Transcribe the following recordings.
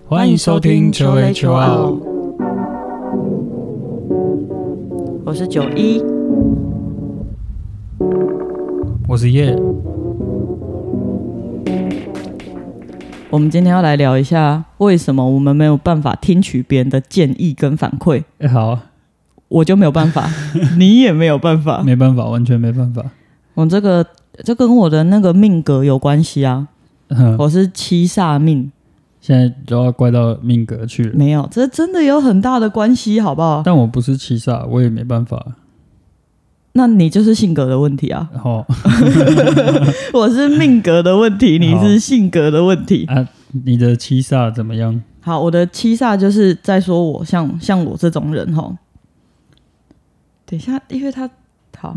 欢迎收听求雷求奥， 我是91， 我是叶。 我们今天要来聊一下，为什么我们没有办法听取别人的建议跟反馈。 好啊， 我就没有办法，你也没有办法， 没办法，完全没办法。 我这跟我的那个命格有关系啊。我是七煞命， 现在就要怪到命格去了。 没有，这真的有很大的关系，好不好？ 但我不是七煞，我也没办法。 那你就是性格的问题啊。 哦， 我是命格的问题，你是性格的问题啊。你的七煞怎么样？ 好，我的七煞就是在说我像我这种人齁。等一下，因为他好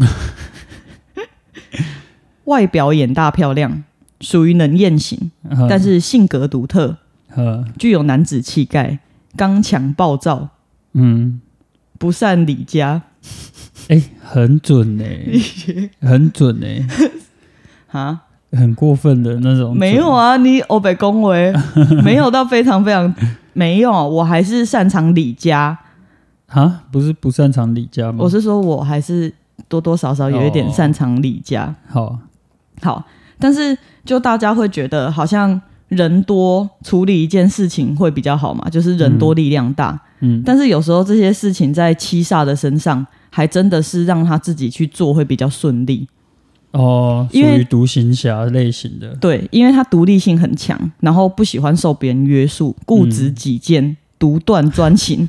外表眼大漂亮，属于能艳型，但是性格独特，具有男子气概，刚强暴躁，不善理家。 很准很准哈， 很过分的那种。 没有啊，你欧北恭维，没有到非常非常没有，我还是擅长理家。 哈，不是不擅长理家吗？ 我是说我还是多多少少有一点擅长理家。好，但是就大家会觉得好像人多处理一件事情会比较好嘛，就是人多力量大。但是有时候这些事情在七煞的身上还真的是让他自己去做会比较顺利。 属于独行侠类型的。对， 因为他独立性很强，然后不喜欢受别人约束，固执己见，独断专行。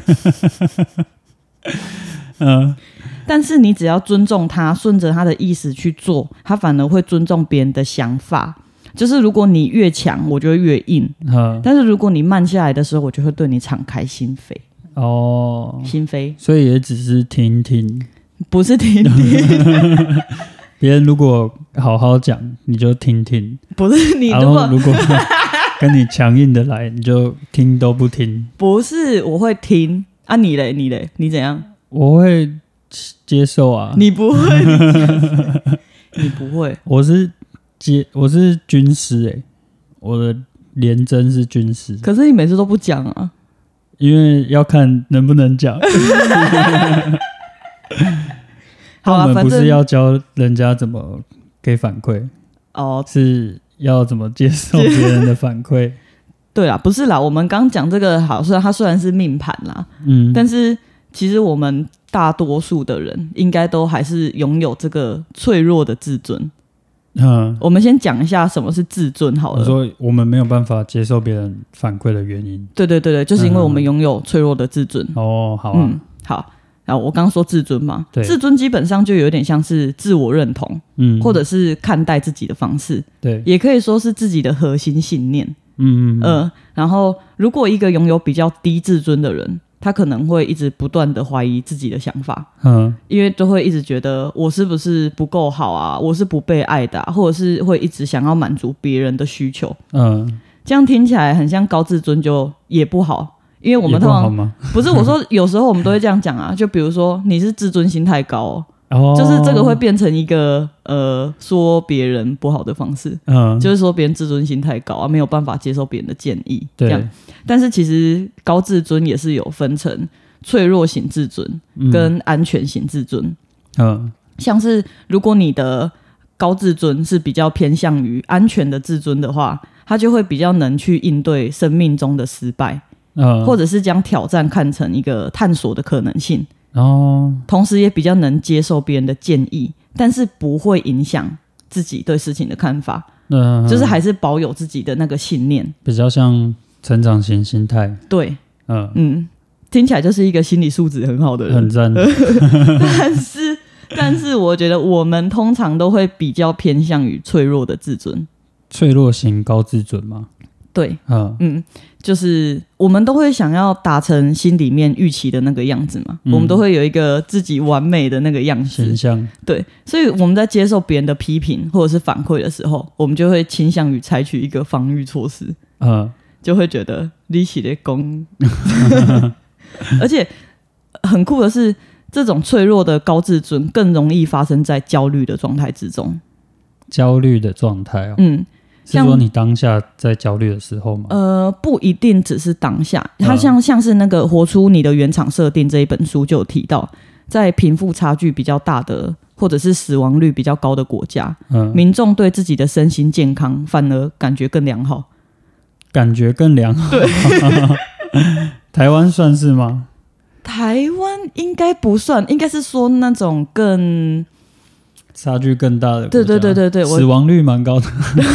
但是你只要尊重他，顺着他的意思去做，他反而会尊重别人的想法。就是如果你越强，我就会越硬。但是如果你慢下来的时候，我就会对你敞开心扉。心扉。 所以也只是听听， 不是听听。 别人如果好好讲，你就听听。 不是你如果跟你强硬的来，你就听都不听。 不是，我会听啊。你嘞？你怎样？ 我会接受啊。 你不会？你不会？ 我是军师我的连征是军师。 可是你每次都不讲啊。 因为要看能不能讲。好啦，我们不是要教人家怎么给反馈是要怎么接受别人的反馈。 对啦，不是啦，我们刚讲这个好，它虽然是命盘啦，但是其实我们大多数的人应该都还是拥有这个脆弱的自尊。我们先讲一下什么是自尊好了。 我说我们没有办法接受别人反馈的原因。 对，就是因为我们拥有脆弱的自尊。 好啊。 好。然后我刚刚说自尊嘛， 自尊基本上就有点像是自我认同，或者是看待自己的方式， 对， 也可以说是自己的核心信念。然后如果一个拥有比较低自尊的人，他可能会一直不断的怀疑自己的想法，因为都会一直觉得我是不是不够好啊，我是不被爱的或者是会一直想要满足别人的需求。这样听起来很像高自尊，就也不好。因为我们通常不是我说，有时候我们都会这样讲啊，就比如说你是自尊心太高就是这个会变成一个说别人不好的方式，就是说别人自尊心太高啊，没有办法接受别人的建议，这样。但是其实高自尊也是有分成脆弱型自尊跟安全型自尊。像是如果你的高自尊是比较偏向于安全的自尊的话，他就会比较能去应对生命中的失败。或者是将挑战看成一个探索的可能性，同时也比较能接受别人的建议，但是不会影响自己对事情的看法，就是还是保有自己的那个信念， 比较像成长型心态。 对，听起来就是一个心理素质很好的人， 很赞。 但是我觉得我们通常都会比较偏向于脆弱的自尊， 脆弱型高自尊吗？ 对，就是我们都会想要达成心里面预期的那个样子嘛，我们都会有一个自己完美的那个样子形象。对， 所以我们在接受别人的批评或者是反馈的时候，我们就会倾向于采取一个防御措施，就会觉得你是在攻。而且很酷的是，这种脆弱的高自尊更容易发生在焦虑的状态之中。 焦虑的状态是说你当下在焦虑的时候吗？ 不一定只是当下，它像是那个《活出你的原厂设定》这一本书就有提到，在贫富差距比较大的或者是死亡率比较高的国家，民众对自己的身心健康反而感觉更良好。 感觉更良好？ 对。 台湾算是吗？ 台湾应该不算，应该是说那种更差距更大的国家。 对， 死亡率蛮高的。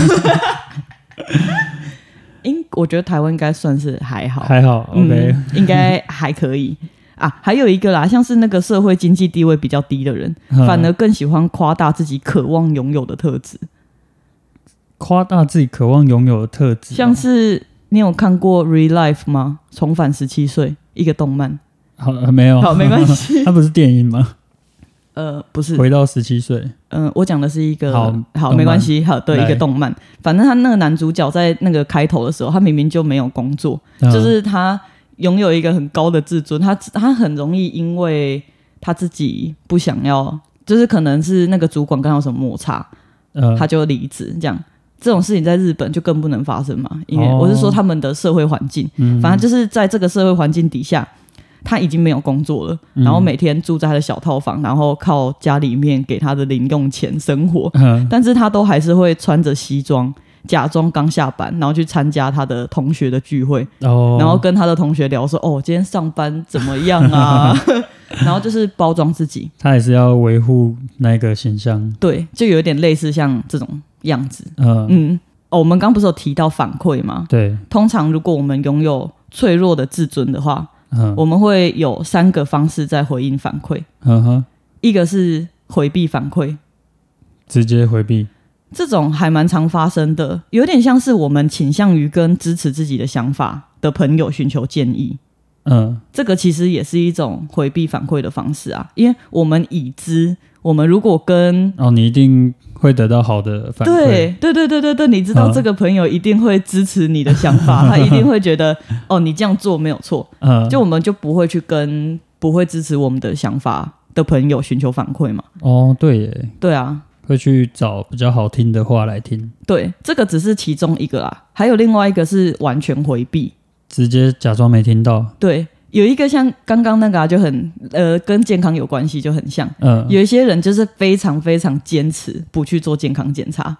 我觉得台湾应该算是还好 ，OK， 应该还可以啊。还有一个啦，像是那个社会经济地位比较低的人，反而更喜欢夸大自己渴望拥有的特质。 夸大自己渴望拥有的特质， 像是你有看过《Real Life》吗？重返17岁，一个动漫。 没有。 好，没关系。 它不是电影吗？ 不是。 回到17岁。 我讲的是一个好， 没关系。好的，一个动漫。反正他那个男主角在那个开头的时候，他明明就没有工作，就是他拥有一个很高的自尊，他很容易因为他自己不想要，就是可能是那个主管跟他有什么摩擦，他就离职这样。这种事情在日本就更不能发生嘛，因为我是说他们的社会环境，反正就是在这个社会环境底下，他已经没有工作了，然后每天住在他的小套房，然后靠家里面给他的零用钱生活，但是他都还是会穿着西装，假装刚下班，然后去参加他的同学的聚会，然后跟他的同学聊说今天上班怎么样啊然后就是包装自己， 他也是要维护那个形象。 对，就有点类似像这种样子。我们刚不是有提到反馈吗？ 对， 通常如果我们拥有脆弱的自尊的话，我们会有3个方式在回应反馈。一个是回避反馈， 直接回避， 这种还蛮常发生的，有点像是我们倾向于跟支持自己的想法的朋友寻求建议。这个其实也是一种回避反馈的方式啊，因为我们已知，我们如果跟你一定会得到好的反馈。 对，你知道这个朋友一定会支持你的想法，他一定会觉得你这样做没有错，就我们就不会去跟不会支持我们的想法的朋友寻求反馈嘛。 对耶， 对啊， 会去找比较好听的话来听。 对，这个只是其中一个啦，还有另外一个是完全回避， 直接假装没听到。 对，有一个像刚刚那个就很跟健康有关系，就很像。有一些人就是非常非常坚持不去做健康检查，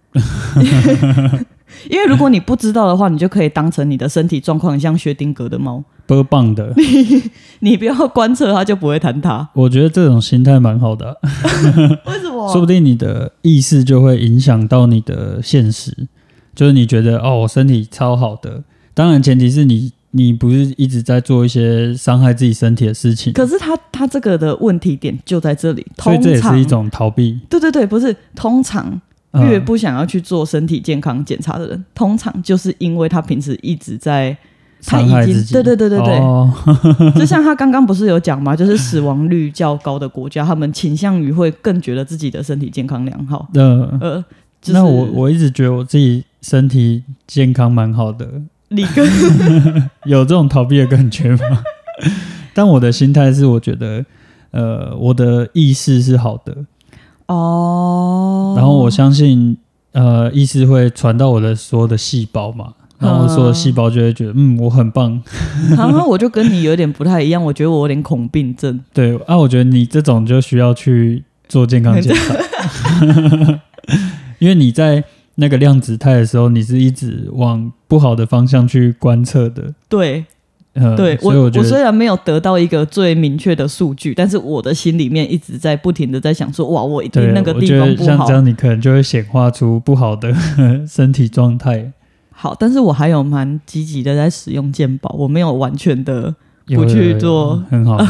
因为如果你不知道的话，你就可以当成你的身体状况很像薛丁格的猫， 波棒的。 你不要观测它，就不会坍塌。 我觉得这种心态蛮好的。 为什么？ 说不定你的意识就会影响到你的现实，就是你觉得我身体超好的，当然前提是你不是一直在做一些伤害自己身体的事情。 可是他这个的问题点就在这里， 所以这也是一种逃避。 对，不是通常越不想要去做身体健康检查的人，通常就是因为他平时一直在伤害自己。 对，就像他刚刚不是有讲吗？就是死亡率较高的国家，他们倾向于会更觉得自己的身体健康良好。就是、 那我一直觉得我自己身体健康蛮好的。 你跟有这种逃避的感觉吗？但我的心态是，我觉得我的意识是好的然后我相信意识会传到我的所有的细胞嘛，然后所有细胞就会觉得我很棒。 然后我就跟你有点不太一样，我觉得我有点恐病症。 对我觉得你这种就需要去做健康检查。因为你在那个量子态的时候，你是一直往不好的方向去观测的。 对， 所以我虽然没有得到一个最明确的数据，但是我的心里面一直在不停的在想说，哇，我一定那个地方不好。我觉得像这样，你可能就会显化出不好的身体状态。 好，但是我还有蛮积极的在使用健保，我没有完全的不去做。 很好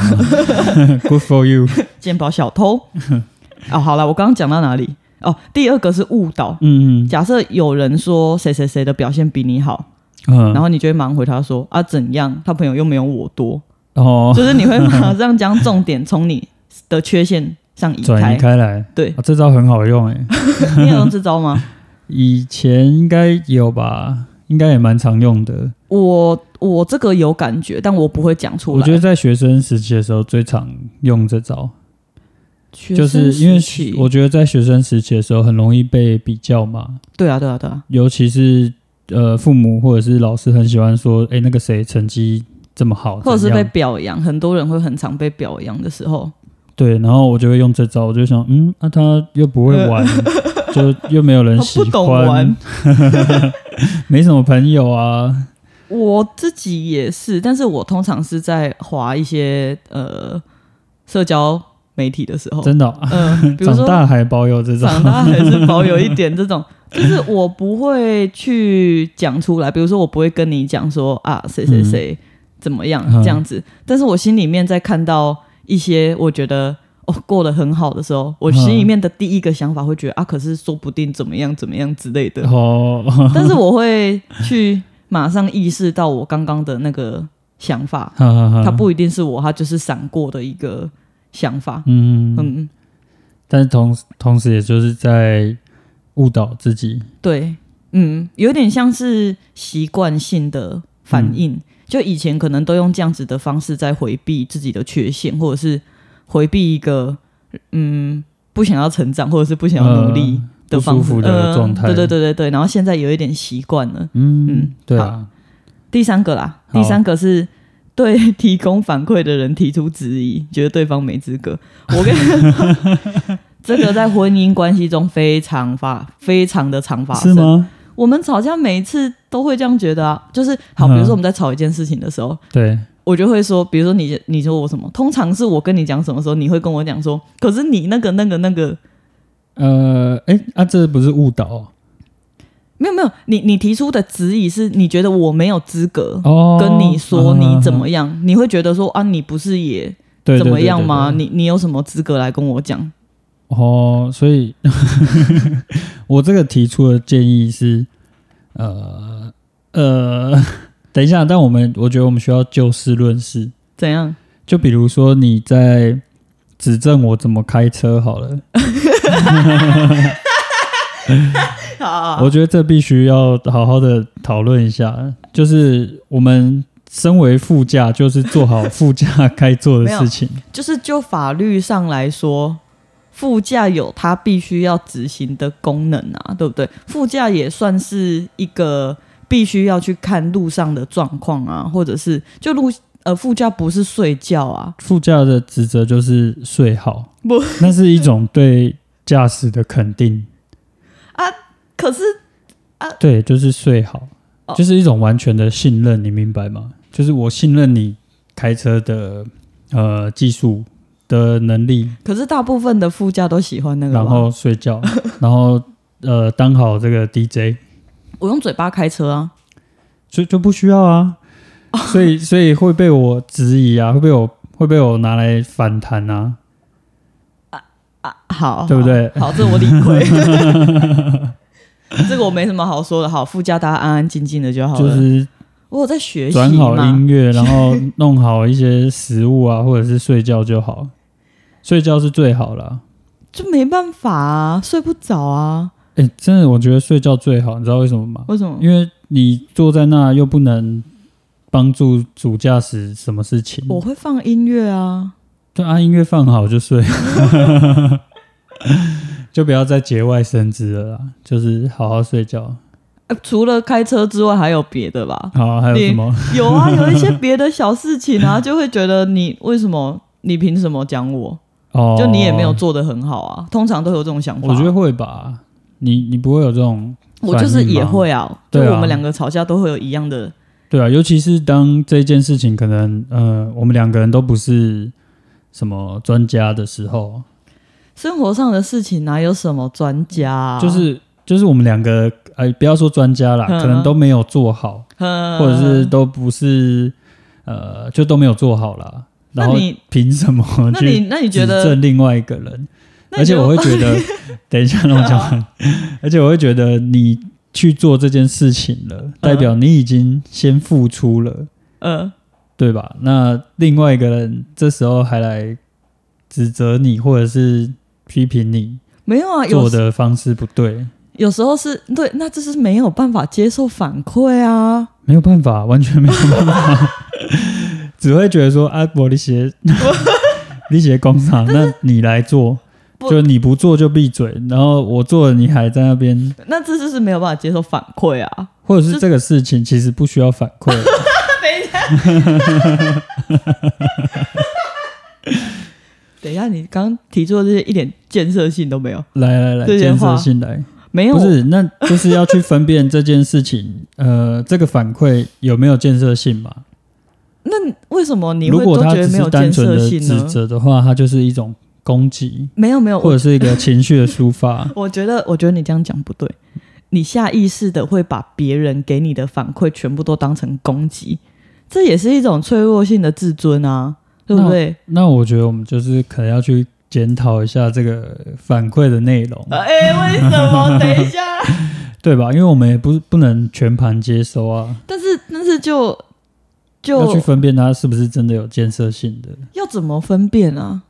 ，Good for you。 健保小偷。好了，我刚刚讲到哪里？第二个是误导。假设有人说谁谁谁的表现比你好，然后你就会马上回他说怎样？他朋友又没有我多。就是你会马上将重点从你的缺陷上转移开来。 对， 这招很好用耶。 你有用这招吗？ 以前应该有吧，应该也蛮常用的。 我这个有感觉，但我不会讲出来。 我觉得在学生时期的时候最常用这招。 就是因为我觉得在学生时期的时候很容易被比较嘛。 对啊， 尤其是父母或者是老师很喜欢说，那个谁成绩这么好， 或者是被表扬，很多人会很常被表扬的时候。 对，然后我就会用这招，我就想，他又不会玩，就又没有人喜欢， 不懂玩， 没什么朋友啊。 我自己也是，但是我通常是在滑一些社交媒体的时候， 真的、比如说长大还保有这种， 长大还是保有一点这种，就是我不会去讲出来，比如说我不会跟你讲说啊谁谁谁怎么样、这样子，但是我心里面在看到一些我觉得过得很好的时候，我心里面的第一个想法会觉得啊，可是说不定怎么样怎么样之类的但是我会去马上意识到我刚刚的那个想法它不一定是我，它就是闪过的一个想法。 但是同时也就是在误导自己。 对，有点像是习惯性的反应，就以前可能都用这样子的方式在回避自己的缺陷，或者是回避一个不想要成长或者是不想要努力的方式， 不舒服的状态。 对，然后现在有一点习惯了。 对啊。 第三个是对提供反馈的人提出质疑，觉得对方没资格。我跟你说这个在婚姻关系中非常的常发生。 是吗？ 我们吵架每一次都会这样觉得啊，就是好，比如说我们在吵一件事情的时候， 对， 我就会说，比如说你说我什么，通常是我跟你讲什么时候，你会跟我讲说，可是你那个， 这不是误导没有，你提出的质疑是你觉得我没有资格跟你说你怎么样，你会觉得说啊，你不是也怎么样吗？你有什么资格来跟我讲？ 所以我这个提出的建议是，等一下，但我觉得我们需要就事论事。 怎样？ 就比如说你在指正我怎么开车好了。 好， 我觉得这必须要好好的讨论一下，就是我们身为副驾，就是做好副驾该做的事情。 就是就法律上来说，副驾有他必须要执行的功能啊，对不对？副驾也算是一个必须要去看路上的状况啊，或者是就副驾不是睡觉啊， 副驾的职责就是睡好，不，那是一种对驾驶的肯定啊。可是对，就是睡好，就是一种完全的信任，你明白吗？就是我信任你开车的技术的能力。 可是大部分的副驾都喜欢那个， 然后睡觉，然后当好这个 DJ。 我用嘴巴开车啊， 所以就不需要啊。所以会被我质疑啊，会被我拿来反弹啊。 好， 对不对？ 好，这我理亏。这个我没什么好说的。好，副驾大家安安静静的就好了。就是我有在学习嘛， 转好音乐，然后弄好一些食物啊，或者是睡觉就好。睡觉是最好啦。 就没办法啊，睡不着啊。 真的，我觉得睡觉最好，你知道为什么吗？ 为什么？ 因为你坐在那又不能帮助主驾驶什么事情。 我会放音乐啊。 对啊，音乐放好就睡。就不要再节外生枝了啦，就是好好睡觉。 除了开车之外，还有别的吧？ 好，还有什么？ 有啊，有一些别的小事情啊，就会觉得你为什么？你凭什么讲我？就你也没有做得很好啊。通常都有这种想法。 我觉得会吧。你不会有这种反应吗？ 我就是也会啊。就我们两个吵架都会有一样的。 对啊，尤其是当这件事情可能我们两个人都不是什么专家的时候。 生活上的事情哪有什么专家啊？ 就是我们两个不要说专家啦，可能都没有做好，或者是都不是就都没有做好啦。然后凭什么去指正另外一个人？而且我会觉得，等一下让我讲完。而且我会觉得你去做这件事情了，代表你已经先付出了，对吧？那另外一个人这时候还来指责你，或者是批评你， 没有啊， 做的方式不对。 有时候是对，那这是没有办法接受反馈啊， 没有办法，完全没有办法，只会觉得说啊，我的鞋你写工厂，那你来做，就你不做就闭嘴，然后我做了你还在那边， 那这就是没有办法接受反馈啊， 或者是这个事情其实不需要反馈。 等一下，你刚刚提出的这些一点建设性都没有。 来，建设性来， 没有， 不是，那就是要去分辨这件事情，这个反馈有没有建设性嘛？ 那为什么你会都觉得没有建设性呢？如果他只是单纯的指责的话，它就是一种攻击， 没有， 或者是一个情绪的抒发。 我觉得你这样讲不对，你下意识的会把别人给你的反馈全部都当成攻击，这也是一种脆弱性的自尊啊。对不对？ 那我觉得我们就是可能要去检讨一下这个反馈的内容。 为什么？等一下， 对吧？因为我们也不能全盘接收啊。 但是就要去分辨它是不是真的有建设性的。 要怎么分辨啊？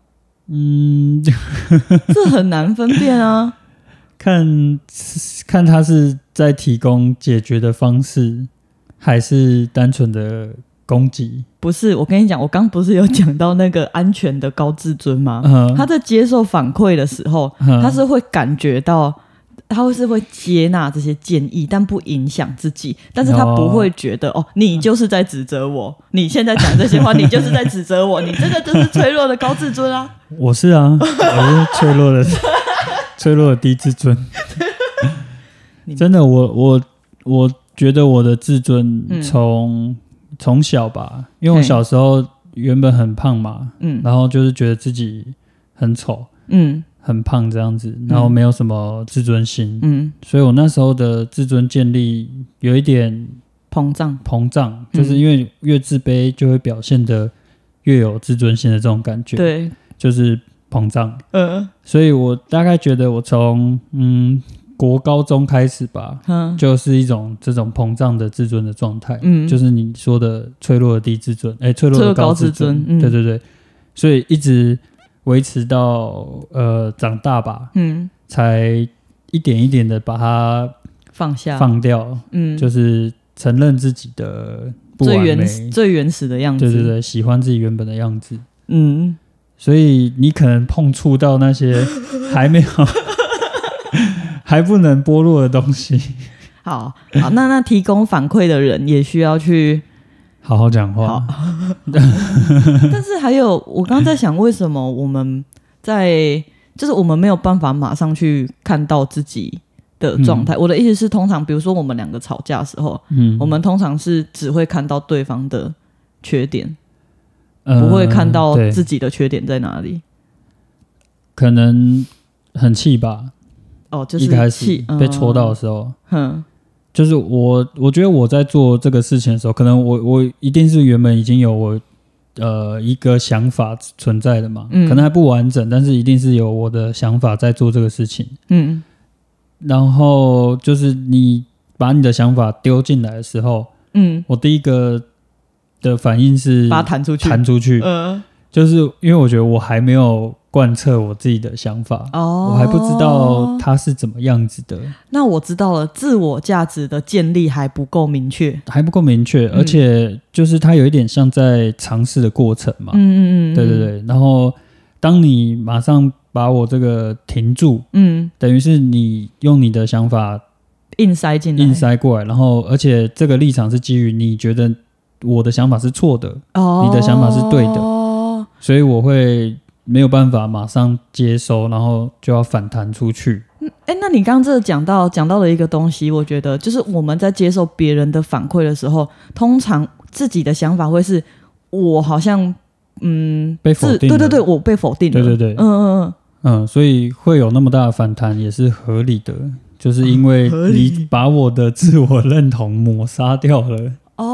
这很难分辨啊。 看它是在提供解决的方式，还是单纯的攻击。 不是，我跟你讲，我刚不是有讲到那个安全的高自尊吗？他在接受反馈的时候，他是会感觉到，他是会接纳这些建议，但不影响自己，但是他不会觉得你就是在指责我，你现在讲这些话，你就是在指责我，你这个就是脆弱的高自尊啊。 我是啊，我是脆弱的低自尊。真的，我觉得我的自尊从小吧，因为我小时候原本很胖嘛，然后就是觉得自己很丑，很胖这样子，然后没有什么自尊心，所以我那时候的自尊建立有一点膨胀， 就是因为越自卑就会表现得越有自尊心的这种感觉， 对， 就是膨胀，所以我大概觉得我从国高中开始吧，就是一种这种膨胀的自尊的状态，就是你说的脆弱的低自尊，脆弱的高自尊，对，所以一直维持到长大吧，才一点一点的把它放掉，就是承认自己的不完美， 最原始的样子， 对，喜欢自己原本的样子，所以你可能碰触到那些还没有还不能剥落的东西。 好，那提供反馈的人也需要去好好讲话。 但是还有，我刚刚在想，为什么我们就是我们没有办法马上去看到自己的状态？我的意思是，通常比如说我们两个吵架的时候，我们通常是只会看到对方的缺点，不会看到自己的缺点在哪里。可能很气吧。 就是一开始被戳到的时候，就是我觉得我在做这个事情的时候，可能我一定是原本已经有我一个想法存在的嘛，可能还不完整，但是一定是有我的想法在做这个事情。然后就是你把你的想法丢进来的时候，我第一个的反应是把它弹出去， 就是因为我觉得我还没有贯彻我自己的想法，我还不知道它是怎么样子的。那我知道了，自我价值的建立还不够明确，而且就是它有一点像在尝试的过程嘛。对。然后当你马上把我这个停住，等于是你用你的想法硬塞进来，硬塞过来，然后而且这个立场是基于你觉得我的想法是错的，你的想法是对的，所以我会没有办法马上接收，然后就要反弹出去。那你刚刚这讲到了一个东西，我觉得就是我们在接受别人的反馈的时候，通常自己的想法会是我好像被否定了，对，我被否定了，对，所以会有那么大的反弹也是合理的，就是因为你把我的自我认同抹杀掉了。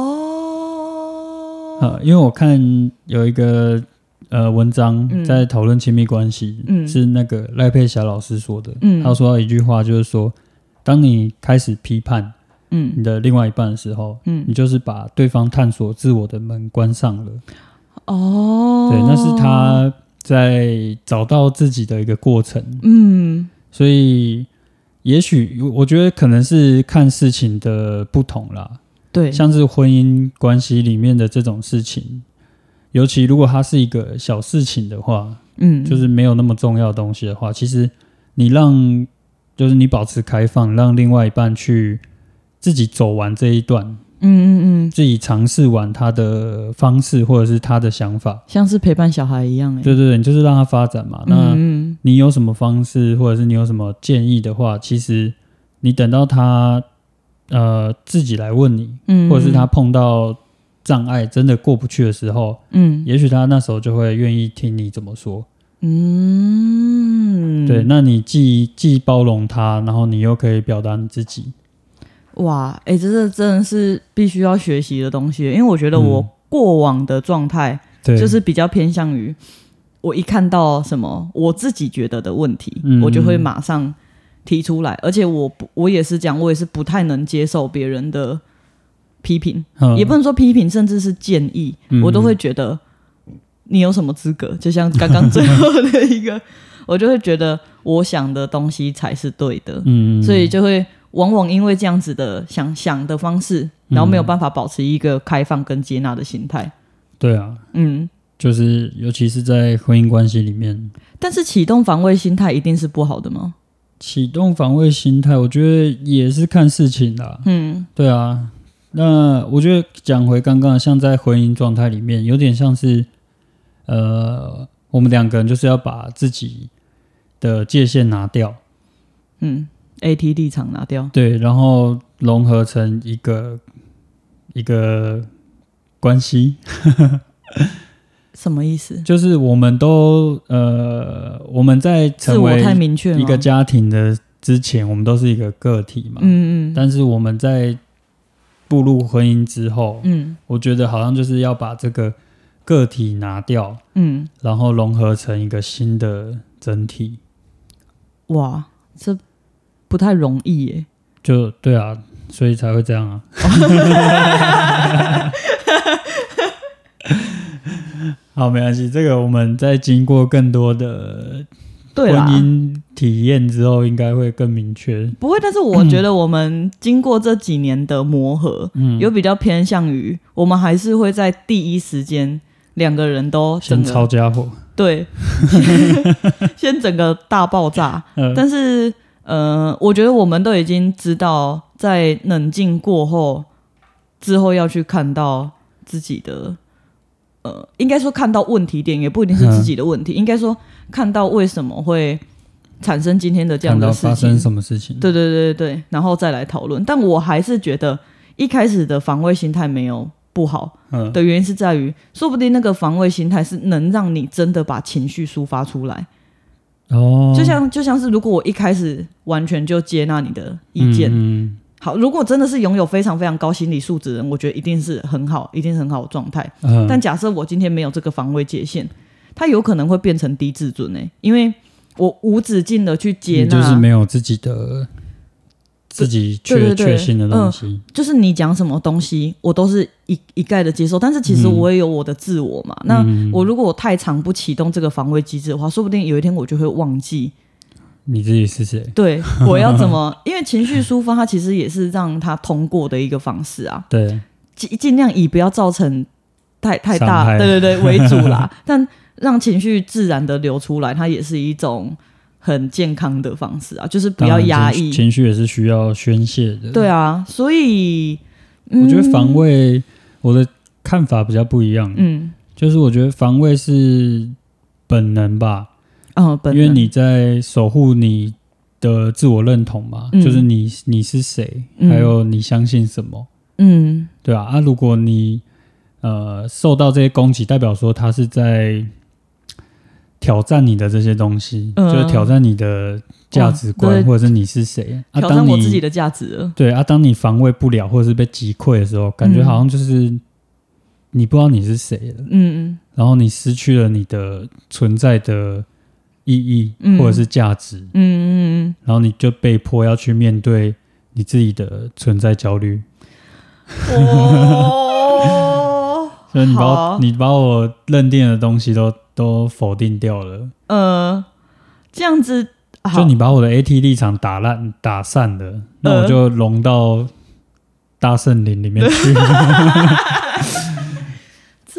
因为我看有一个文章在讨论亲密关系，是那个赖佩霞老师说的，他说到一句话，就是说当你开始批判你的另外一半的时候，你就是把对方探索自我的门关上了。对，那是他在找到自己的一个过程。所以也许我觉得可能是看事情的不同啦。对，像是婚姻关系里面的这种事情， 尤其如果它是一个小事情的话，就是没有那么重要的东西的话，其实你就是你保持开放，让另外一半去自己走完这一段，自己尝试完他的方式或者是他的想法， 像是陪伴小孩一样。 对对对，你就是让他发展嘛。那你有什么方式或者是你有什么建议的话，其实你等到他自己来问你，或者是他碰到障碍真的过不去的时候，也许他那时候就会愿意听你怎么说。对，那你既包容他，然后你又可以表达你自己。 哇，这真的是必须要学习的东西，因为我觉得我过往的状态就是比较偏向于我一看到什么我自己觉得的问题，我就会马上提出来，而且我也是这样，我也是不太能接受别人的批评，也不能说批评，甚至是建议，我都会觉得你有什么资格？就像刚刚最后的一个，我就会觉得我想的东西才是对的，所以就会往往因为这样子的想的方式，然后没有办法保持一个开放跟接纳的心态。 对啊，就是尤其是在婚姻关系里面。 但是启动防卫心态一定是不好的吗？ 启动防卫心态，我觉得也是看事情啦。对啊。那我觉得讲回刚刚，像在婚姻状态里面，有点像是我们两个人就是要把自己的界限拿掉 ，AT 立场拿掉， 对，然后融合成一个关系。 什么意思？ 就是我们都我们在成为一个家庭的之前，我们都是一个个体嘛。但是我们在步入婚姻之后，我觉得好像就是要把这个个体拿掉，然后融合成一个新的整体。 哇，这不太容易耶。 就对啊，所以才会这样啊。好，没关系，这个我们在经过更多的婚姻体验之后，应该会更明确。 不会，但是我觉得我们经过这几年的磨合，有比较偏向于我们还是会在第一时间两个人都先抄家伙， 对，先整个大爆炸。但是我觉得我们都已经知道，在冷静过后之后要去看到自己的。应该说看到问题点，也不一定是自己的问题，应该说看到为什么会产生今天的这样的事情， 看到发生什么事情， 对，然后再来讨论。但我还是觉得一开始的防卫心态没有不好的原因是在于，说不定那个防卫心态是能让你真的把情绪抒发出来。就像是如果我一开始完全就接纳你的意见，好，如果真的是拥有非常非常高心理素质的人，我觉得一定是很好，一定是很好的状态。但假设我今天没有这个防卫界限，它有可能会变成低自尊因为我无止境的去接纳， 就是没有自己确信的东西。 就是你讲什么东西，我都是一概的接受，但是其实我也有我的自我嘛。那我如果太常不启动这个防卫机制的话，说不定有一天我就会忘记。 你自己是谁？ 对，我要怎么？因为情绪抒发，它其实也是让它通过的一个方式啊。 对， 尽量以不要造成太大，对为主啦。但让情绪自然的流出来，它也是一种很健康的方式啊，就是不要压抑。 情绪也是需要宣泄的。 对啊，所以我觉得防卫，我的看法比较不一样。就是我觉得防卫是本能吧。因为你在守护你的自我认同嘛，就是你是谁，还有你相信什么，对啊。如果你受到这些攻击，代表说他是在挑战你的这些东西，就是挑战你的价值观，或者是你是谁， 挑战我自己的价值了。 对啊，当你防卫不了，或者是被击溃的时候，感觉好像就是你不知道你是谁了，然后你失去了你的存在的意义或者是价值，然后你就被迫要去面对你自己的存在焦虑。所以你把我认定的东西都否定掉了。 这样子， 就你把我的 AT 立场打散了，那我就融到大圣林里面去。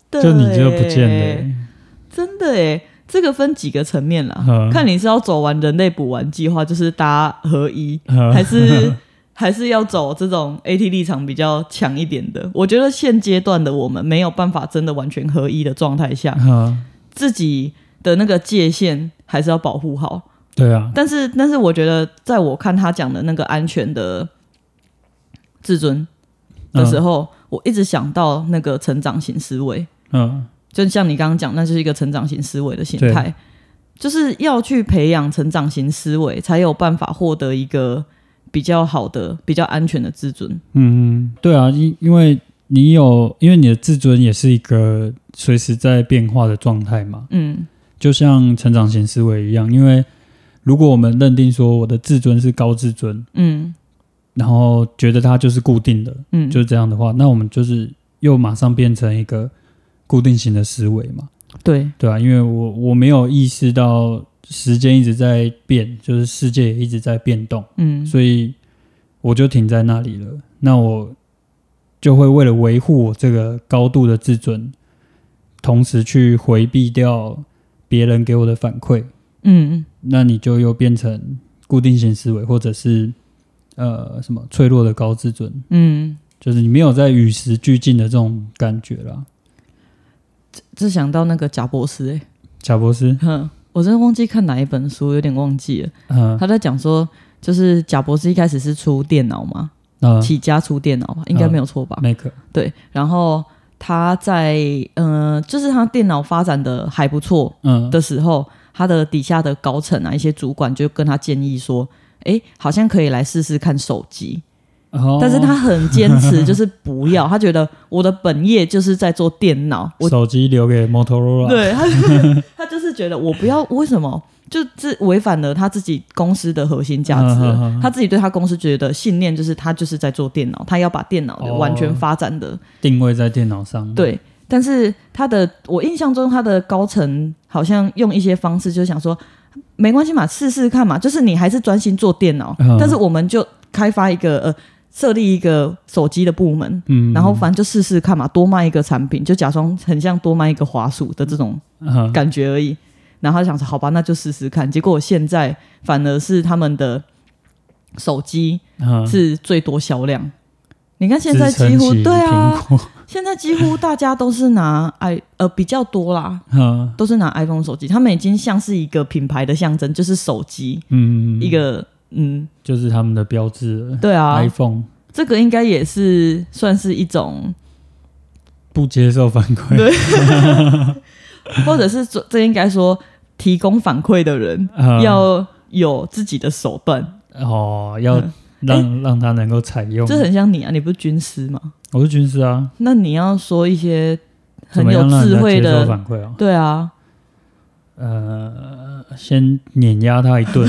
的， 就你就不见了， 真的耶。这个分几个层面啦，看你是要走完人类补完计划，就是大家合一，还是要走这种 AT 立场比较强一点的。我觉得现阶段的我们没有办法真的完全合一的状态下，自己的那个界限还是要保护好。 对啊， 但是我觉得，在我看他讲的那个安全的自尊的时候，我一直想到那个成长型思维。就像你刚刚讲，那就是一个成长型思维的心态，就是要去培养成长型思维，才有办法获得一个比较好的、比较安全的自尊。 对啊，因为你的自尊也是一个随时在变化的状态嘛。就像成长型思维一样，因为如果我们认定说我的自尊是高自尊，然后觉得它就是固定的，就是这样的话，那我们就是又马上变成一个固定型的思维嘛。对啊，因为我没有意识到时间一直在变，就是世界也一直在变动，所以我就停在那里了。那我就会为了维护我这个高度的自尊，同时去回避掉别人给我的反馈。那你就又变成固定型思维，或者是什么脆弱的高自尊。就是你没有在与时俱进的这种感觉啦。 这想到那个贾博士贾博士， 我真的忘记看哪一本书，有点忘记了。他在讲说，就是贾博士一开始是出电脑嘛，起家出电脑吧，应该没有错吧 ？Mac。 对，然后他在就是他电脑发展的还不错的时候，他的底下的高层啊，一些主管就跟他建议说，好像可以来试试看手机。但是他很坚持，就是不要。他觉得我的本业就是在做电脑， 手机留给 Motorola。 对，他就是觉得我不要，为什么？就是违反了他自己公司的核心价值了。他自己对他公司觉得信念就是他就是在做电脑，他要把电脑的完全发展的定位在电脑上。 对，但是我印象中他的高层好像用一些方式，就想说没关系嘛，试试看嘛，就是你还是专心做电脑，但是我们就开发一个设立一个手机的部门，然后反正就试试看嘛，多卖一个产品，就假装很像多卖一个滑鼠的这种感觉而已。然后他就想说，好吧，那就试试看。结果现在反而是他们的手机是最多销量。你看现在几乎对啊，现在几乎大家都是拿比较多啦，都是拿 iPhone 手机，他们已经像是一个品牌的象征，就是手机，一个。 就是他们的标志了。 对啊 ，iPhone 这个应该也是算是一种不接受反馈， 对，或者是这应该说提供反馈的人要有自己的手段要让他能够采用。 这很像你啊，你不是军师吗？ 我是军师啊， 那你要说一些很有智慧的反馈啊。 对啊。 先碾压他一顿，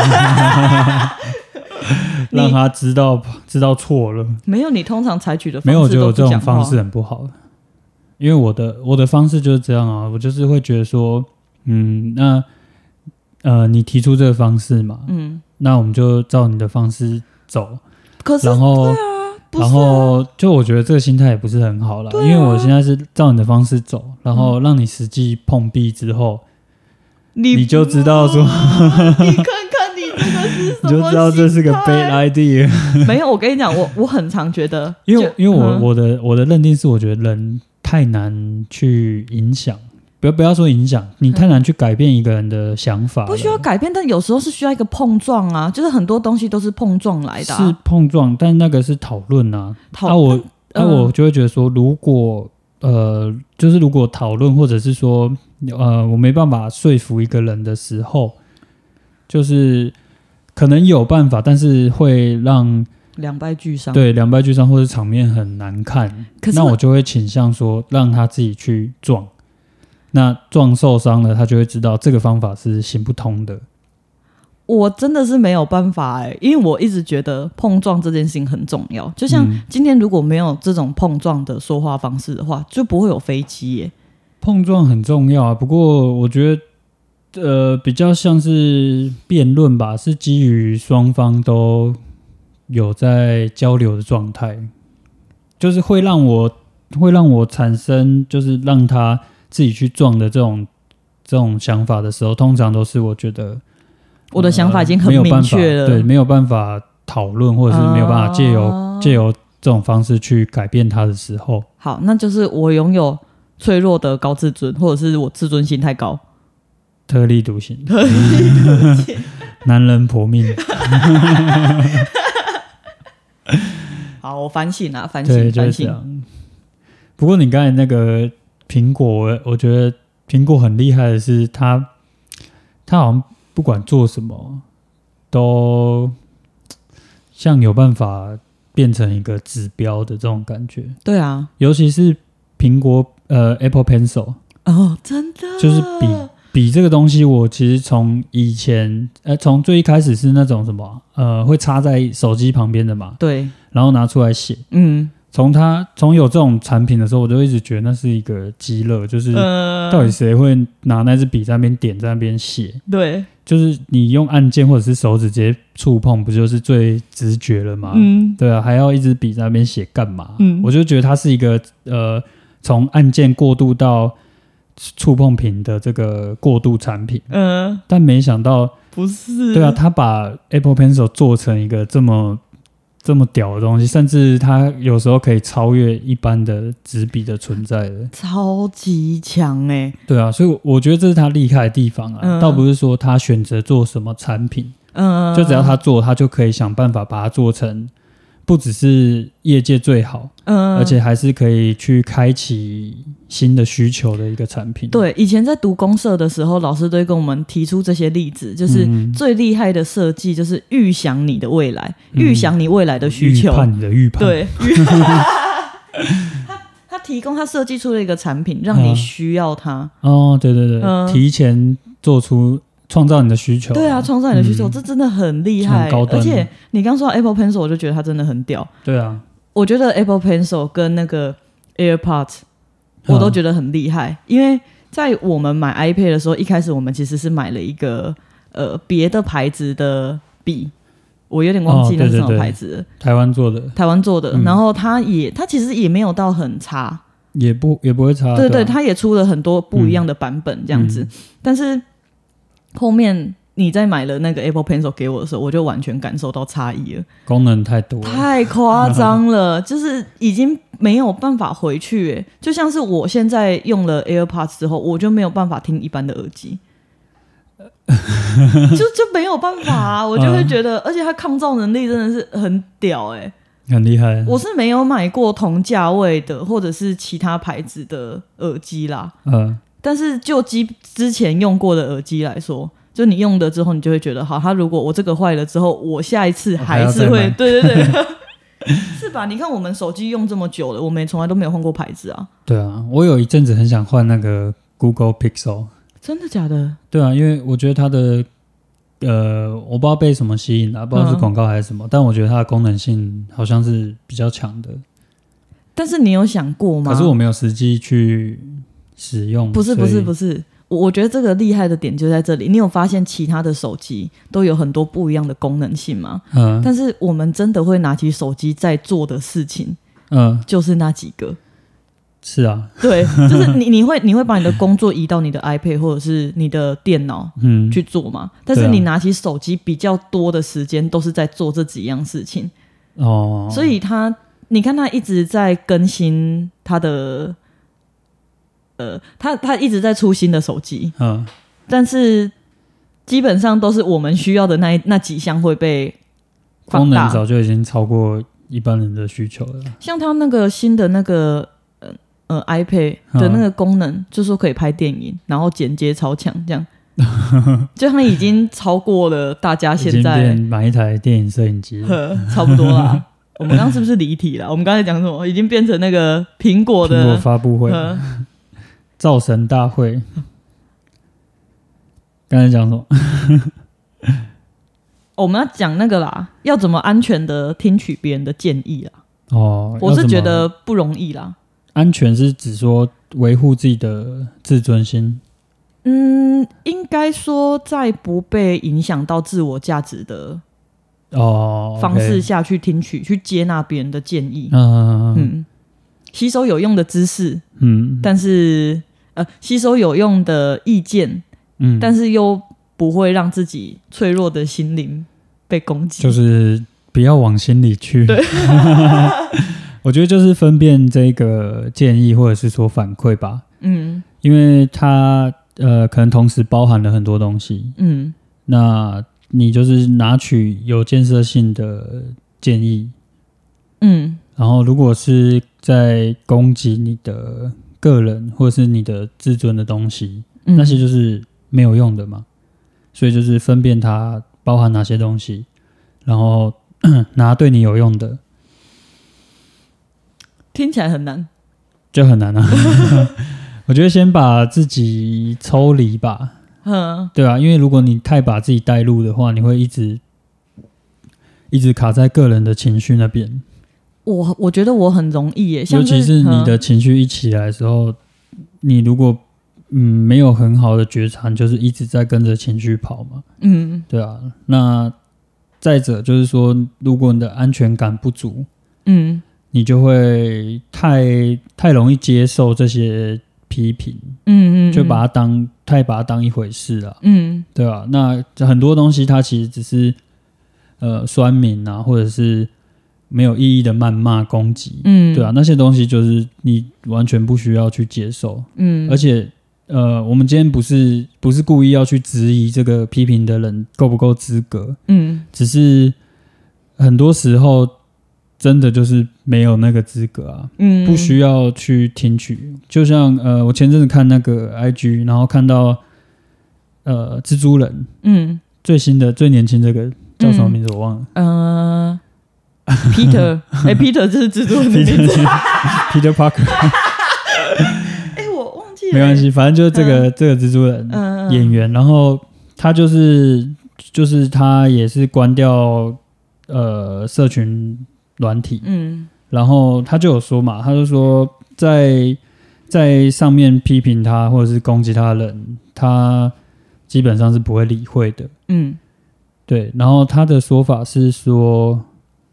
让他知道错了。 没有，你通常采取的方式没有，我觉得这种方式很不好。因为我的方式就是这样啊，我就是会觉得说，那你提出这个方式嘛，那我们就照你的方式走。 可是， 然后， 对啊， 然后就我觉得这个心态也不是很好啦，因为我现在是照你的方式走，然后让你实际碰壁之后。你就知道说， 你看看你这个是什么， 你就知道这是个 bad idea。 没有，我跟你讲，我很常觉得， 因为我的认定是，我觉得人太难去影响，不要说影响，你太难去改变一个人的想法。 不需要改变，但有时候是需要一个碰撞啊，就是很多东西都是碰撞来的。 是碰撞，但那个是讨论啊。我就会觉得说，如果讨论，或者是说。我没办法说服一个人的时候，就是可能有办法，但是会让两败俱伤。 对，两败俱伤，或者场面很难看。那我就会倾向说，让他自己去撞。那撞受伤了，他就会知道这个方法是行不通的。 我真的是没有办法因为我一直觉得碰撞这件事情很重要。就像今天如果没有这种碰撞的说话方式的话，就不会有飞机耶。 碰撞很重要啊，不过我觉得比较像是辩论吧，是基于双方都有在交流的状态，就是会让我会让我产生就是让他自己去撞的这种想法的时候，通常都是我觉得我的想法已经很明确了， 对，没有办法讨论，或者是没有办法借由这种方式去改变他的时候。 好，那就是我拥有脆弱的高自尊，或者是我自尊心太高， 特立独行，男人婆命。 好，我反省啊，反省， 就是这样。不过你刚才那个苹果，我觉得苹果很厉害的是，他好像不管做什么，都像有办法变成一个指标的这种感觉。 对啊， 尤其是苹果Apple Pencil， 哦，真的， 就是笔这个东西，我其实从以前从最一开始是那种什么会插在手机旁边的嘛， 对， 然后拿出来写，从有这种产品的时候，我就一直觉得那是一个鸡肋，就是到底谁会拿那支笔在那边点，在那边写？对，就是你用按键或者是手指直接触碰，不就是最直觉了吗？对啊，还要一支笔在那边写干嘛？我就觉得它是一个从按键过渡到触碰屏的这个过渡产品，但没想到不是， 对啊，他把 Apple Pencil 做成一个这么屌的东西，甚至它有时候可以超越一般的纸笔的存在的， 超级强欸。 对啊，所以我觉得这是他厉害的地方啊，倒不是说他选择做什么产品，就只要他做，他就可以想办法把它做成不只是业界最好，而且还是可以去开启新的需求的一个产品。 对，以前在读公社的时候，老师都会跟我们提出这些例子，就是最厉害的设计就是预想你的未来，预想你未来的需求， 预判你的预判。 对，他提供他设计出了一个产品，让你需要它。 哦，对对对，提前做出。创造你的需求， 对啊，创造你的需求，这真的很厉害，很高端。而且你刚说到 Apple Pencil， 我就觉得它真的很屌。 对啊， 我觉得 Apple Pencil 跟那个 AirPods， 我都觉得很厉害，因为在我们买 iPad 的时候，一开始我们其实是买了一个别的牌子的笔，我有点忘记那是什么牌子了， 对对对，台湾做的， 然后它其实也没有到很差， 也不会差， 对对，它也出了很多不一样的版本这样子，但是。后面你在买了那个 Apple Pencil 给我的时候，我就完全感受到差异了， 功能太多了， 太夸张了，就是已经没有办法回去耶，就像是我现在用了 AirPods 之后，我就没有办法听一般的耳机，就没有办法啊，我就会觉得，而且它抗噪能力真的是很屌耶， 很厉害。 我是没有买过同价位的或者是其他牌子的耳机啦，但是就之前用过的耳机来说，就你用的之后，你就会觉得好，它如果我这个坏了之后，我下一次还是会，对对对，是吧？你看我们手机用这么久了，我们也从来都没有换过牌子啊。 对啊，我有一阵子很想换那个 Google Pixel， 真的假的？ 对啊，因为我觉得它的我不知道被什么吸引啊，不知道是广告还是什么，但我觉得它的功能性好像是比较强的。 但是你有想过吗？ 可是我没有实际去使用。 不是，我觉得这个厉害的点就在这里。你有发现其他的手机都有很多不一样的功能性吗？但是我们真的会拿起手机在做的事情，就是那几个。 是啊， 对，就是你会把你的工作移到你的 iPad 或者是你的电脑去做嘛？但是你拿起手机比较多的时间都是在做这几样事情。哦，所以你看他一直在更新他的。他一直在出新的手机，但是基本上都是我们需要的那几项会被放大， 功能早就已经超过一般人的需求了。 像他那个新的那个iPad 的那个功能，就说可以拍电影，然后剪接超强，这样，就他已经超过了大家现在已经买一台电影摄影机了， 差不多啦。我们刚刚是不是离题了？我们刚才讲什么？已经变成那个苹果发布会。造神大会，刚才讲什么？ 我们要讲那个啦，要怎么安全的听取别人的建议啦。 哦， 我是觉得不容易啦。 安全是指说维护自己的自尊心。 应该说在不被影响到自我价值的方式下去听取、去接纳别人的建议。 吸收有用的知识，但是吸收有用的意见，但是又不会让自己脆弱的心灵被攻击， 就是不要往心里去。对，我觉得就是分辨这个建议或者是说反馈吧。因为它可能同时包含了很多东西。那你就是拿取有建设性的建议。然后如果是在攻击你的个人或者是你的自尊的东西，那些就是没有用的嘛。所以就是分辨它包含哪些东西，然后拿对你有用的。 听起来很难， 就很难啊。我觉得先把自己抽离吧，对啊，因为如果你太把自己带入的话，你会一直卡在个人的情绪那边。 我觉得我很容易耶， 尤其是你的情绪一起来的时候，你如果没有很好的觉察，你就是一直在跟着情绪跑嘛。对啊。那再者就是说，如果你的安全感不足，你就会太容易接受这些批评，就把它当一回事了。对啊。那很多东西它其实只是酸民啊，或者是没有意义的谩骂攻击，对啊，那些东西就是你完全不需要去接受。而且我们今天不是故意要去质疑这个批评的人够不够资格，只是很多时候真的就是没有那个资格啊，不需要去听取。就像我前阵子看那个 IG， 然后看到蜘蛛人，最新的最年轻这个叫什么名字我忘了 ，Peter， Peter 就是蜘蛛人的名字 ，Peter Parker。 我忘记了， 没关系，反正就是这个蜘蛛人演员，然后他就是他也是关掉社群软体，然后他就有说嘛，他就说在上面批评他或者是攻击他的人，他基本上是不会理会的。对，然后他的说法是说，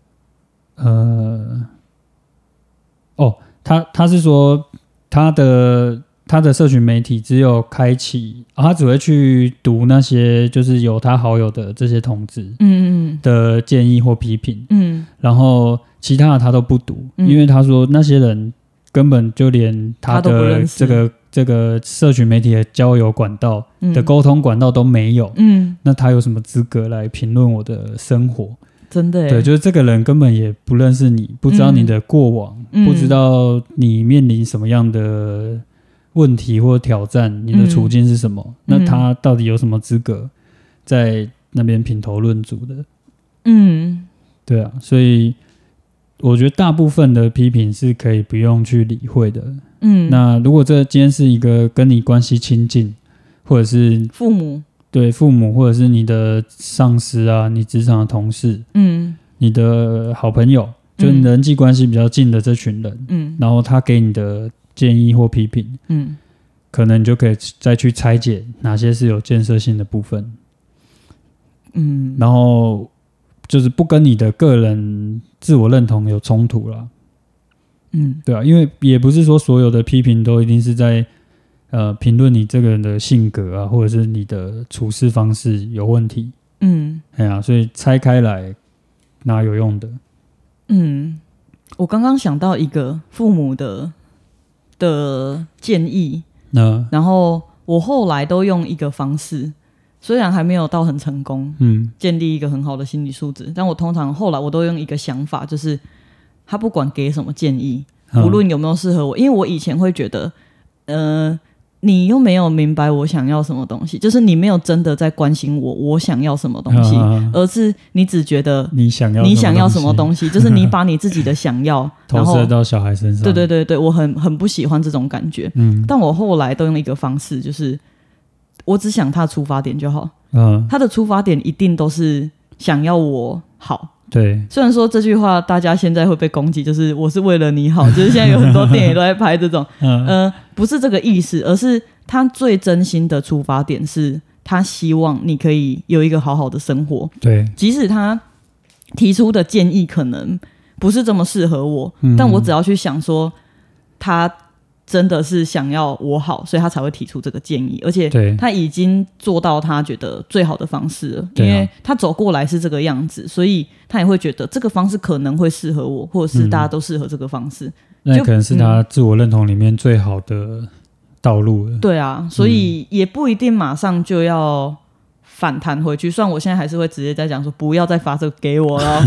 他是说他的社群媒体只有开启，他只会去读那些就是有他好友的这些同志的建议或批评，然后其他的他都不读，因为他说那些人根本就连他的这个社群媒体的交友管道的沟通管道都没有，那他有什么资格来评论我的生活？ 真的耶， 对，就是这个人根本也不认识你，不知道你的过往，不知道你面临什么样的问题或挑战，你的处境是什么，那他到底有什么资格在那边品头论足的？对啊，所以我觉得大部分的批评是可以不用去理会的。那如果这今天是一个跟你关系亲近，或者是父母或者是你的上司啊，你职场的同事，你的好朋友，就你的人际关系比较近的这群人，然后他给你的建议或批评，可能你就可以再去拆解哪些是有建设性的部分，然后就是不跟你的个人自我认同有冲突啦。对啊，因为也不是说所有的批评都一定是在评论你这个人的性格啊，或者是你的处事方式有问题。所以拆开来哪有用的。 我刚刚想到一个父母的建议，然后我后来都用一个方式，虽然还没有到很成功，建立一个很好的心理素质，但我通常后来我都用一个想法，就是他不管给什么建议，无论有没有适合我，因为我以前会觉得你又没有明白我想要什么东西，就是你没有真的在关心我想要什么东西，而是你只觉得你想要什么东西，就是你把你自己的想要投射到小孩身上。 对，我很不喜欢这种感觉。但我后来都用一个方式，就是我只想他的出发点就好。他的出发点一定都是想要我好。 对， 虽然说这句话大家现在会被攻击，就是我是为了你好，就是现在有很多电影都在拍这种，不是这个意思，而是他最真心的出发点是他希望你可以有一个好好的生活。 对， 即使他提出的建议可能不是这么适合我，但我只要去想说， 他真的是想要我好，所以他才会提出这个建议，而且他已经做到他觉得最好的方式了，因为他走过来是这个样子，所以他也会觉得这个方式可能会适合我，或者是大家都适合这个方式， 那可能是他自我认同里面最好的道路了。 对啊，所以也不一定马上就要反弹回去，虽然我现在还是会直接在讲说不要再发这个给我了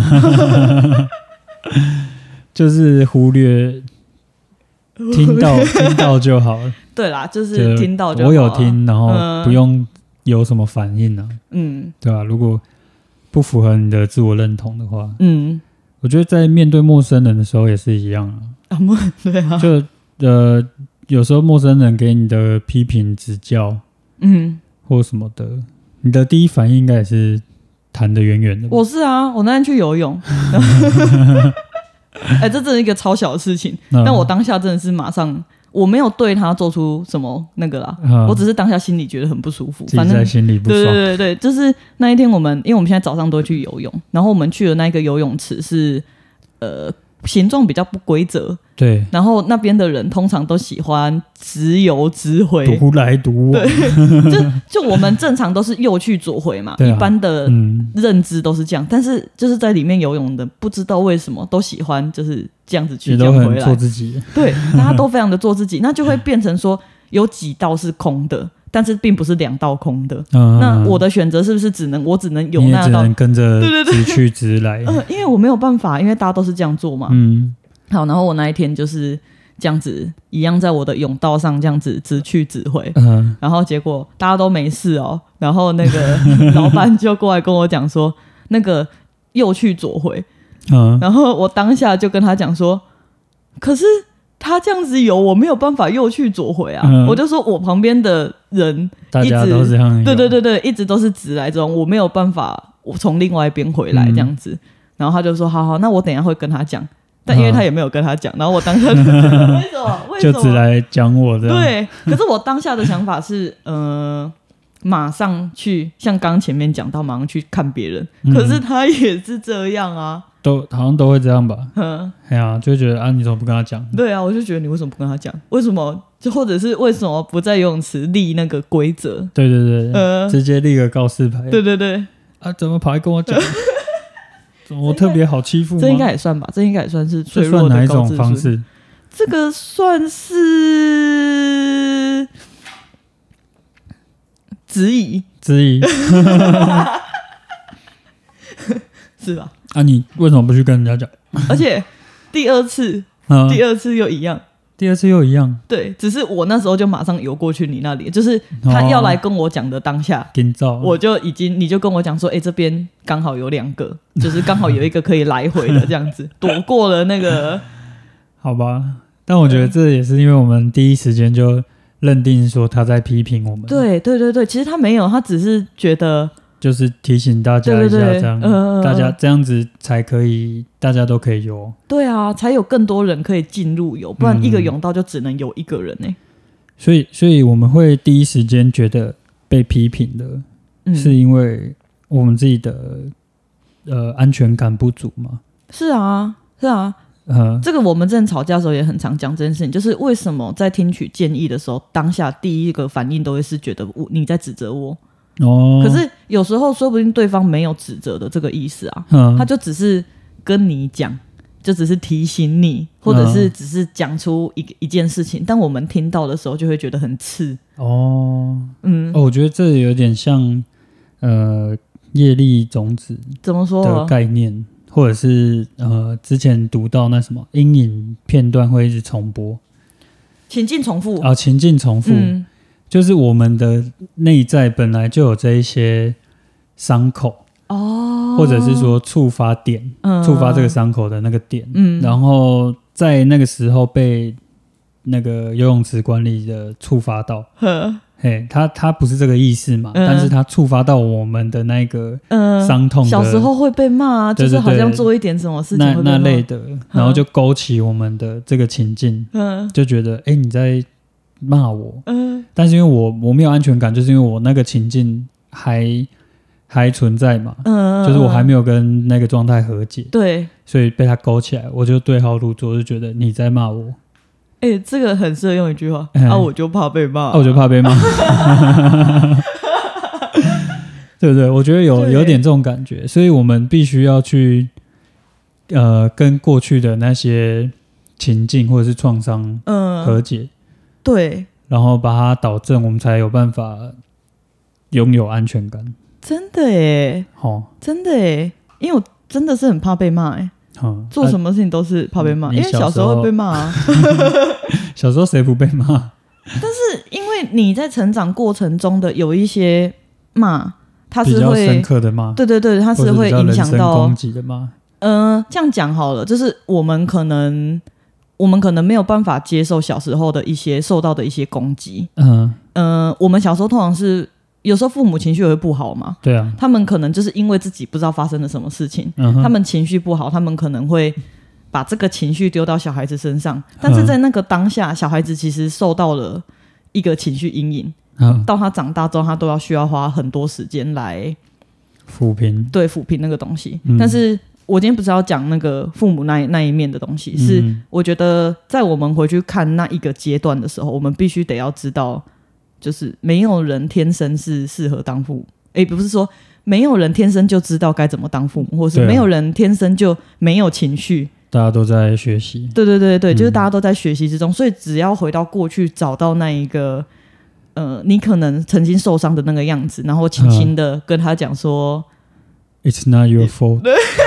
就是忽略听到就好了。 对啦，就是听到就好了， 我有听，然后不用有什么反应啊。对吧？如果不符合你的自我认同的话，我觉得在面对陌生人的时候也是一样啊。 对啊， 就有时候陌生人给你的批评指教，或什么的，你的第一反应应该也是弹得远远的。 我是啊，我那天去游泳。这真的是一个超小的事情，但我当下真的是马上，我没有对他做出什么那个啦，我只是当下心里觉得很不舒服， 反正在心里不爽。 对，就是那一天因为我们现在早上都会去游泳，然后我们去的那个游泳池是形状比较不规则，对，然后那边的人通常都喜欢直游直回， 独来独往， 对，就我们正常都是右去左回嘛，一般的认知都是这样，但是就是在里面游泳的不知道为什么都喜欢就是这样子去这样回来， 也都很做自己， 对，大家都非常的做自己，那就会变成说有几道是空的，但是并不是2道空的，那我的选择是不是我只能有那道， 你也只能跟着直去直来， 因为我没有办法，因为大家都是这样做嘛，好，然后我那一天就是这样子一样在我的泳道上这样子直去直回，然后结果大家都没事哦，然后那个老板就过来跟我讲说那个右去左回，然后我当下就跟他讲说，可是他这样子游我没有办法右去左回啊，我就说我旁边的人大家都是这样游， 对，一直都是直来中，我没有办法我从另外一边回来这样子，然后他就说好，那我等一下会跟他讲，但因为他也没有跟他讲，然后我当下就为什么就只来讲我的， 对，可是我当下的想法是马上去像刚前面讲到马上去看别人，可是他也是这样啊， 好像都会这样吧，哎呀，就会觉得啊你怎么不跟他讲？对啊，我就觉得你为什么不跟他讲？为什么就或者是为什么不在游泳池立那个规则？对， 直接立个告示牌， 对啊，怎么跑来跟我讲？我特别好欺负吗？ 这应该也算吧，这应该也算是脆弱的哪一种方式？ 这个算是质疑是吧？ 啊，你为什么不去跟人家讲？ 而且第二次又一样。对，只是我那时候就马上游过去你那里，就是他要来跟我讲的当下，我就你就跟我讲说，这边刚好有2个，就是刚好有一个可以来回的这样子，躲过了那个。 好吧，但我觉得这也是因为我们第一时间就认定说他在批评我们。 对，其实他没有，他只是觉得。 就是提醒大家一下，这样大家这样子才可以，大家都可以游。对啊，才有更多人可以进入游，不然一个泳道就只能有1个人呢。 所以我们会第一时间觉得被批评的，是因为我们自己的安全感不足吗？是啊。这个我们之前吵架的时候也很常讲这件事情，就是为什么在听取建议的时候，当下第一个反应都会是觉得你在指责我。可是有时候说不定对方没有指责的这个意思啊，他就只是跟你讲，就只是提醒你，或者是只是讲出一件事情，但我们听到的时候就会觉得很刺。我觉得这有点像业力种子怎么说的概念，或者是之前读到那什么阴影片段会一直重播，情境重复，就是我们的内在本来就有这一些伤口或者是说触发点，触发这个伤口的那个点，然后在那个时候被那个游泳池管理的触发到，他不是这个意思嘛，但是他触发到我们的那个伤痛的，小时候会被骂啊，就是好像做一点什么事情那类的，然后就勾起我们的这个情境，就觉得你在骂我，但是因为我没有安全感，就是因为我那个情境还存在嘛，就是我还没有跟那个状态和解，对，所以被他勾起来，我就对号入座，就觉得你在骂我。 这个很适合用一句话我就怕被骂我就怕被骂对不对？我觉得有点这种感觉，所以我们必须要去跟过去的那些情境或者是创伤和解， 对， 然后把它导正，我们才有办法拥有安全感。 真的耶，真的耶，因为我真的是很怕被骂耶，做什么事情都是怕被骂，因为小时候会被骂啊小时候谁不被骂？ 但是因为你在成长过程中的有一些骂，它是会比较深刻的骂， 对对对，它是会影响到人身攻击的骂。 这样讲好了，就是我们可能没有办法接受小时候的一些受到的一些攻击。我们小时候通常是有时候父母情绪也会不好嘛， 对啊， 他们可能就是因为自己不知道发生了什么事情，他们情绪不好，他们可能会把这个情绪丢到小孩子身上，但是在那个当下，小孩子其实受到了一个情绪阴影，到他长大之后，他都需要花很多时间来抚平那个东西。但是我今天不是要讲那个父母那一面的东西，是我觉得在我们回去看那一个阶段的时候，我们必须得要知道，就是没有人天生是适合当父母，不是说没有人天生就知道该怎么当父母，或是没有人天生就没有情绪， 大家都在学习。 对对对对，就是大家都在学习之中，所以只要回到过去，找到那一个你可能曾经受伤的那个样子，然后轻轻的跟他讲说 ，It's not your fault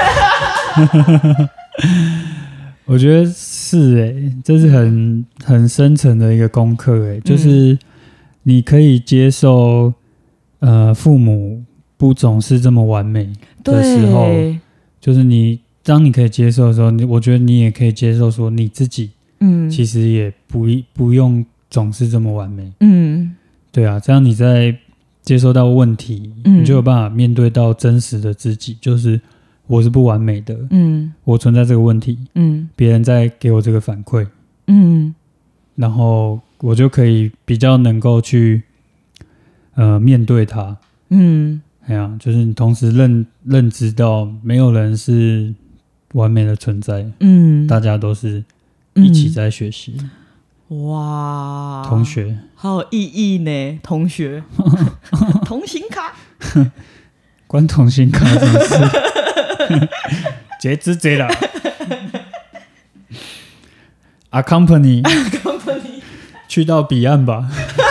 我觉得是这是很深层的一个功课就是你可以接受父母不总是这么完美的时候，就是当你可以接受的时候，我觉得你也可以接受说你自己其实也不用总是这么完美。对啊，这样你在接受到问题，你就有办法面对到真实的自己，就是我是不完美的，我存在这个问题，别人在给我这个反馈，然后我就可以比较能够去面对它，就是你同时认知到没有人是完美的存在，大家都是一起在学习。 哇， 同学好有意义呢，同学同行卡关同行卡什么事截肢截了accompany 去到彼岸吧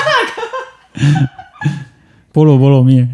菠萝面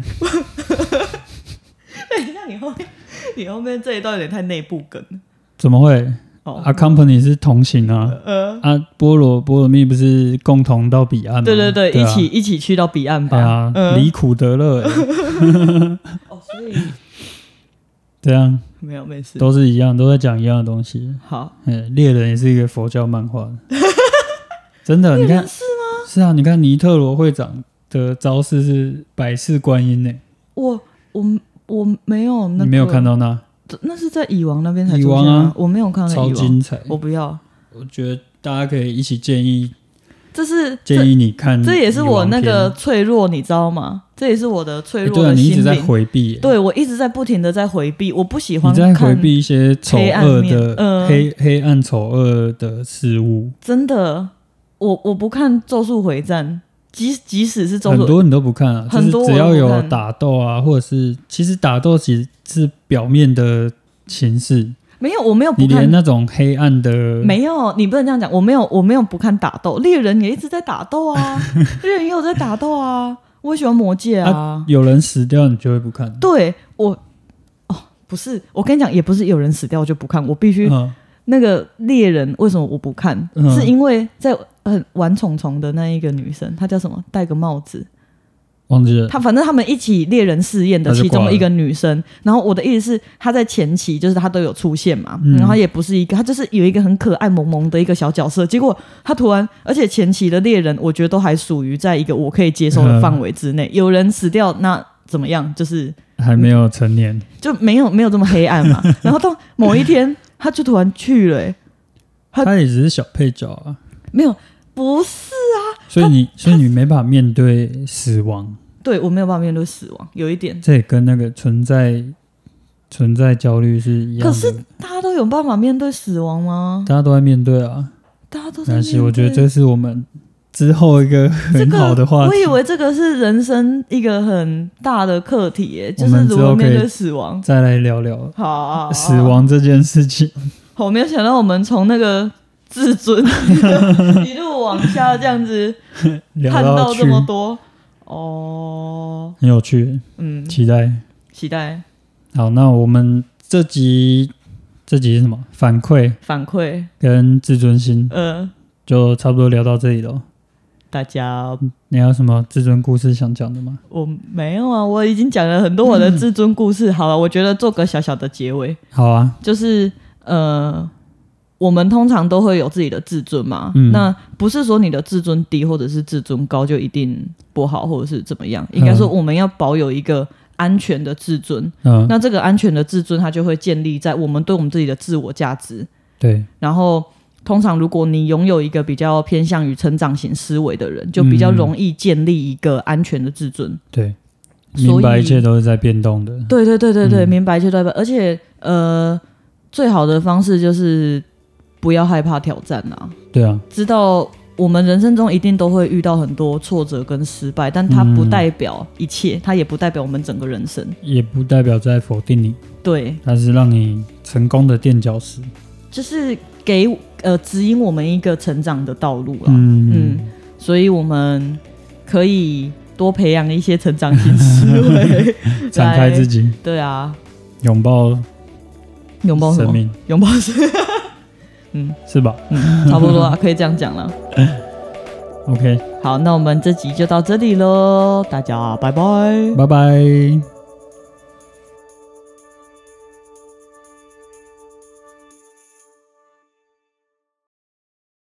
等一下，你后面这一段有点太内部梗了。 怎么会accompany 是同行啊，菠萝蜜不是共同到彼岸吗？ 对对对，一起去到彼岸吧。 离苦得乐所以这样没事， 都是一样，都在讲一样的东西。 好， 猎人也是一个佛教漫画真的，你看是吗？ 是啊，你看尼特罗会长的招式是百世观音我没有那个， 你没有看到那是在蚁王那边才出现蚁王啊， 我没有看到蚁王， 超精彩， 我不要。 我觉得大家可以一起建议你看， 这也是我那个脆弱，你知道吗？这也是我的脆弱的心灵。 对啊，你一直在回避。 对，我一直在不停的在回避，我不喜欢你在回避一些丑恶的黑暗丑恶的事物。 真的，我不看《咒术回战》。即使是很多你都不看啊，就是只要有打斗啊，或者是其实打斗其实是表面的形式。 没有，我没有不看， 你连那种黑暗的没有，你不能这样讲。我没有不看打斗，猎人也一直在打斗啊，猎人也有在打斗啊。我也喜欢魔戒啊， 有人死掉你就会不看？ 对不是，我跟你讲，也不是有人死掉我就不看，我必须那个猎人为什么我不看？是因为在玩虫虫的那一个女生，她叫什么？戴个帽子， 忘记了。 反正他们一起猎人试验的其中一个女生。然后我的意思是，她在前期就是她都有出现嘛，然后她也不是一个，她就是有一个很可爱萌萌的一个小角色。结果她突然，而且前期的猎人，我觉得都还属于在一个我可以接受的范围之内。有人死掉，那怎么样？就是还没有成年， 就没有这么黑暗嘛。然后到某一天，她就突然去了她也只是小配角啊， 没有。不是啊， 所以你没办法面对死亡。 对，我没有办法面对死亡，有一点。 这也跟那个存在焦虑是一样的。 可是大家都有办法面对死亡吗？ 大家都在面对啊。 大家都在面对。 我觉得这是我们之后一个很好的话题。 我以为这个是人生一个很大的课题耶，就是如何面对死亡。 再来聊聊好死亡这件事情。 我没有想到我们从那个自尊一路往下这样子看到这么多哦， 很有趣。期待。好，那我们这集是什么？反馈跟自尊心，就差不多聊到这里了。 大家， 你还有什么自尊故事想讲的吗？ 我没有啊，我已经讲了很多我的自尊故事。好了，我觉得做个小小的结尾。 好啊， 就是我们通常都会有自己的自尊嘛，那不是说你的自尊低或者是自尊高就一定不好或者是怎么样，应该说我们要保有一个安全的自尊。那这个安全的自尊它就会建立在我们对我们自己的自我价值。 对， 然后通常如果你拥有一个比较偏向于成长型思维的人，就比较容易建立一个安全的自尊。 对，明白一切都是在变动的。 对，明白一切都在变动。而且最好的方式就是不要害怕挑战啊。对啊，知道我们人生中一定都会遇到很多挫折跟失败，但它不代表一切，它也不代表我们整个人生，也不代表在否定你。对，它是让你成功的垫脚石，就是给指引我们一个成长的道路啦。所以我们可以多培养一些成长型思维，敞开自己。对啊，拥抱生命，拥抱生命。是吧？差不多啊，可以这样讲了。OK， 好，那我们这集就到这里咯，大家拜拜，拜拜。